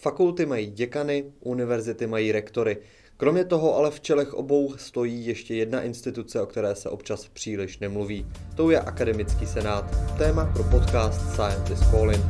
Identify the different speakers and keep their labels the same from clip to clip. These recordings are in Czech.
Speaker 1: Fakulty mají děkany, univerzity mají rektory. Kromě toho ale v čelech obou stojí ještě jedna instituce, o které se občas příliš nemluví. Tou je Akademický senát. Téma pro podcast Scientist Calling.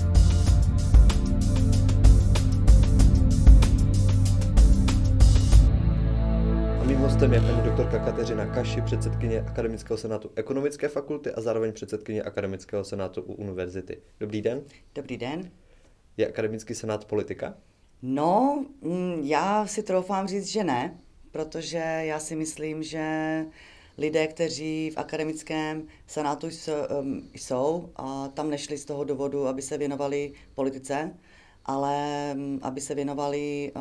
Speaker 1: A mým hostem je paní doktorka Kateřina Kaši, předsedkyně Akademického senátu Ekonomické fakulty a zároveň předsedkyně Akademického senátu u univerzity. Dobrý den.
Speaker 2: Dobrý den.
Speaker 1: Je Akademický senát politika?
Speaker 2: No, já si troufám říct, že ne, protože já si myslím, že lidé, kteří v akademickém senátu jsou, a tam nešli z toho důvodu, aby se věnovali politice, ale aby se věnovali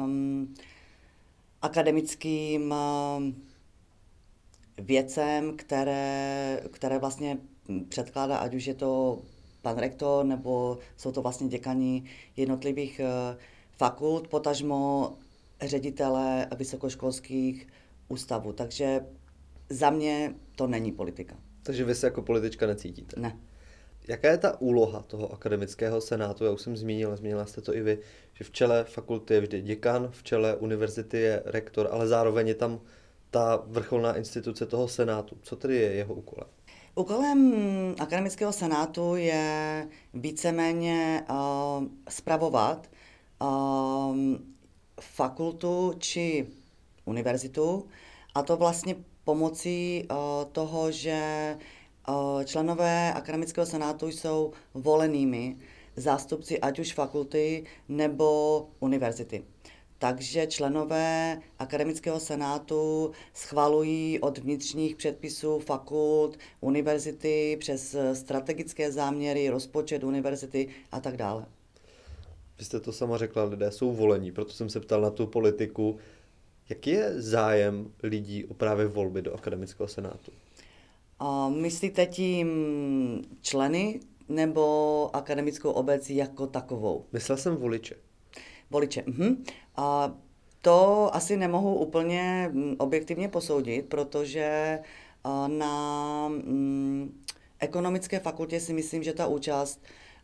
Speaker 2: akademickým věcem, které vlastně předkládá, ať už je to pan rektor, nebo jsou to vlastně děkani jednotlivých fakult, potažmo ředitele vysokoškolských ústavů. Takže za mě to není politika.
Speaker 1: Takže vy se jako politička necítíte?
Speaker 2: Ne.
Speaker 1: Jaká je ta úloha toho akademického senátu? Já už jsem zmínila jste to i vy, že v čele fakulty je vždy děkan, v čele univerzity je rektor, ale zároveň je tam ta vrcholná instituce toho senátu. Co tedy je jeho úkolem?
Speaker 2: Úkolem akademického senátu je víceméně spravovat fakultu či univerzitu, a to vlastně pomocí toho, že členové akademického senátu jsou volenými zástupci ať už fakulty nebo univerzity. Takže členové akademického senátu schvalují od vnitřních předpisů fakult, univerzity přes strategické záměry, rozpočet univerzity a tak dále.
Speaker 1: Vy jste to sama řekla, lidé jsou volení, proto jsem se ptal na tu politiku. Jaký je zájem lidí o právě volby do akademického senátu?
Speaker 2: Myslíte tím členy nebo akademickou obec jako takovou?
Speaker 1: Myslel jsem voliče.
Speaker 2: Voliče. To asi nemohu úplně objektivně posoudit, protože na ekonomické fakultě si myslím, že ta účast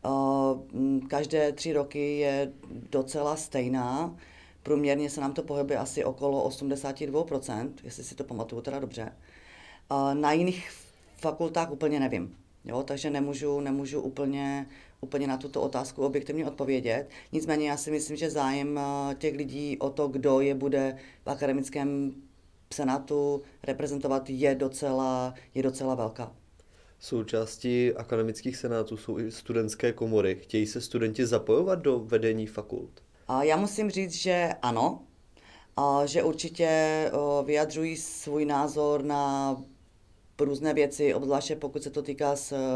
Speaker 2: každé 3 roky je docela stejná. Průměrně se nám to pohybuje asi okolo 82%, jestli si to pamatuju teda dobře. Na jiných fakultách úplně nevím, jo? Takže nemůžu úplně na tuto otázku objektivně odpovědět. Nicméně já si myslím, že zájem těch lidí o to, kdo je bude v akademickém senátu reprezentovat, je docela velká.
Speaker 1: Součástí akademických senátů jsou i studentské komory. Chtějí se studenti zapojovat do vedení fakult?
Speaker 2: Já musím říct, že ano, že určitě vyjadřují svůj názor na různé věci, obzvláště pokud se to týká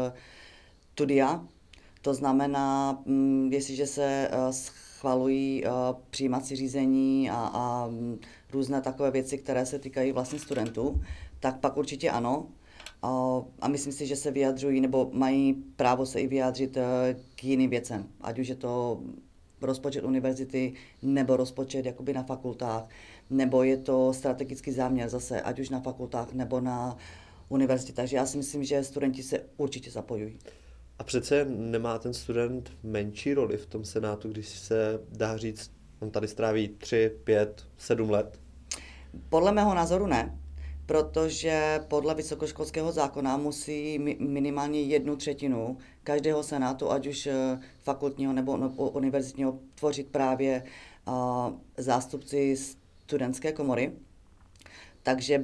Speaker 2: studia. To znamená, jestliže se schvalují přijímací řízení a různé takové věci, které se týkají vlastně studentů, tak pak určitě ano. A myslím si, že se vyjadřují, nebo mají právo se i vyjádřit k jiným věcem. Ať už je to rozpočet univerzity, nebo rozpočet jakoby na fakultách, nebo je to strategický záměr zase, ať už na fakultách, nebo na univerzitě. Takže já si myslím, že studenti se určitě zapojují.
Speaker 1: A přece nemá ten student menší roli v tom senátu, když se dá říct, on tady stráví 3, 5, 7 let?
Speaker 2: Podle mého názoru ne, protože podle vysokoškolského zákona musí minimálně 1/3 každého senátu, ať už fakultního nebo univerzitního, tvořit právě zástupci studentské komory. Takže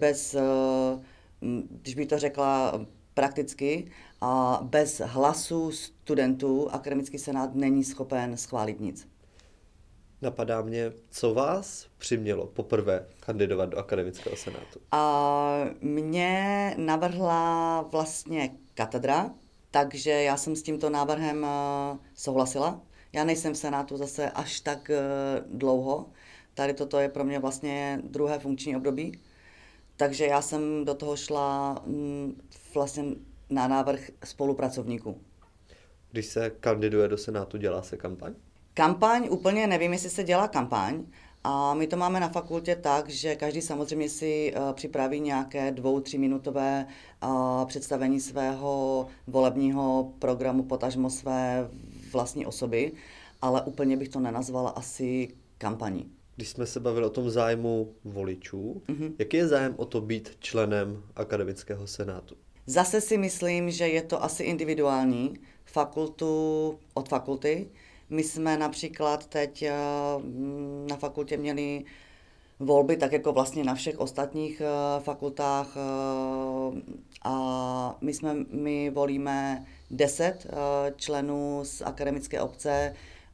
Speaker 2: když bych to řekla prakticky, bez hlasu studentů akademický senát není schopen schválit nic.
Speaker 1: Napadá mě, co vás přimělo poprvé kandidovat do akademického senátu?
Speaker 2: Mě navrhla vlastně katedra, takže já jsem s tímto návrhem souhlasila. Já nejsem v senátu zase až tak dlouho. Tady toto je pro mě vlastně 2. funkční období. Takže já jsem do toho šla vlastně na návrh spolupracovníků.
Speaker 1: Když se kandiduje do senátu, dělá se kampaň?
Speaker 2: Kampaň úplně nevím, jestli se dělá kampaň. A my to máme na fakultě tak, že každý samozřejmě si připraví nějaké 2-3 minutové představení svého volebního programu, potažmo své vlastní osoby. ale úplně bych to nenazvala asi kampaní.
Speaker 1: Když jsme se bavili o tom zájmu voličů, jaký je zájem o to být členem akademického senátu?
Speaker 2: Zase si myslím, že je to asi individuální, fakultu od fakulty. My jsme například teď na fakultě měli volby, tak jako vlastně na všech ostatních fakultách a my volíme 10 členů z akademické obce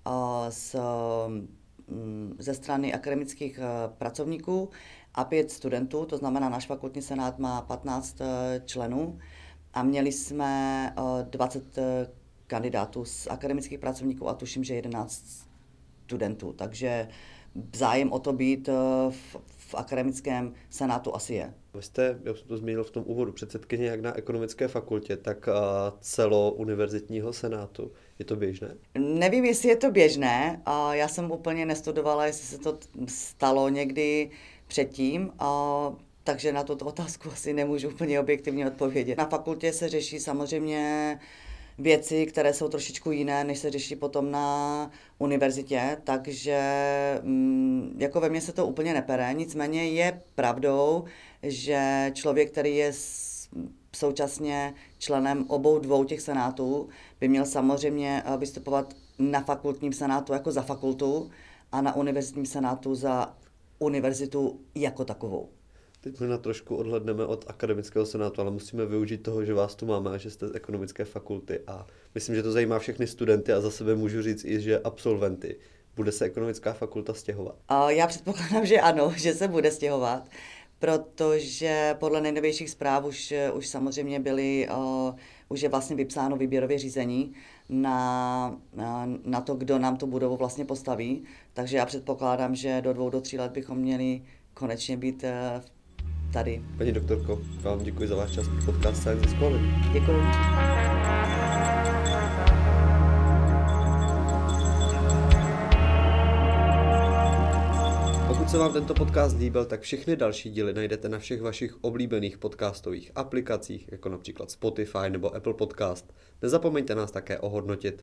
Speaker 2: ze strany akademických pracovníků a 5 studentů, to znamená náš fakultní senát má 15 členů a měli jsme 20 kandidátů z akademických pracovníků a tuším, že 11 studentů, takže zájem o to být v akademickém senátu asi je.
Speaker 1: Vy jste, já jsem to zmínil v tom úvodu, předsedkyně jak na ekonomické fakultě, tak celouniverzitního senátu. Je to běžné?
Speaker 2: Nevím, jestli je to běžné. Já jsem úplně nestudovala, jestli se to stalo někdy předtím, takže na tuto otázku asi nemůžu úplně objektivně odpovědět. Na fakultě se řeší samozřejmě věci, které jsou trošičku jiné, než se řeší potom na univerzitě, takže jako ve mně se to úplně nepere. Nicméně je pravdou, že člověk, který je současně členem obou dvou těch senátů, by měl samozřejmě vystupovat na fakultním senátu jako za fakultu a na univerzitním senátu za univerzitu jako takovou.
Speaker 1: Teď možná trošku odhledneme od akademického senátu, ale musíme využít toho, že vás tu máme a že jste z ekonomické fakulty a myslím, že to zajímá všechny studenty a za sebe můžu říct i, že absolventy. Bude se ekonomická fakulta stěhovat?
Speaker 2: Já předpokládám, že ano, že se bude stěhovat, protože podle nejnovějších zpráv už samozřejmě už je vlastně vypsáno výběrové řízení na to, kdo nám tu budovu vlastně postaví, takže já předpokládám, že do 2 do 3 let bychom měli konečně být tady.
Speaker 1: Paní doktorko, vám děkuji za váš čas podcast Science ze školy.
Speaker 2: Děkuji.
Speaker 1: Pokud se vám tento podcast líbil, tak všechny další díly najdete na všech vašich oblíbených podcastových aplikacích, jako například Spotify nebo Apple Podcast. Nezapomeňte nás také ohodnotit.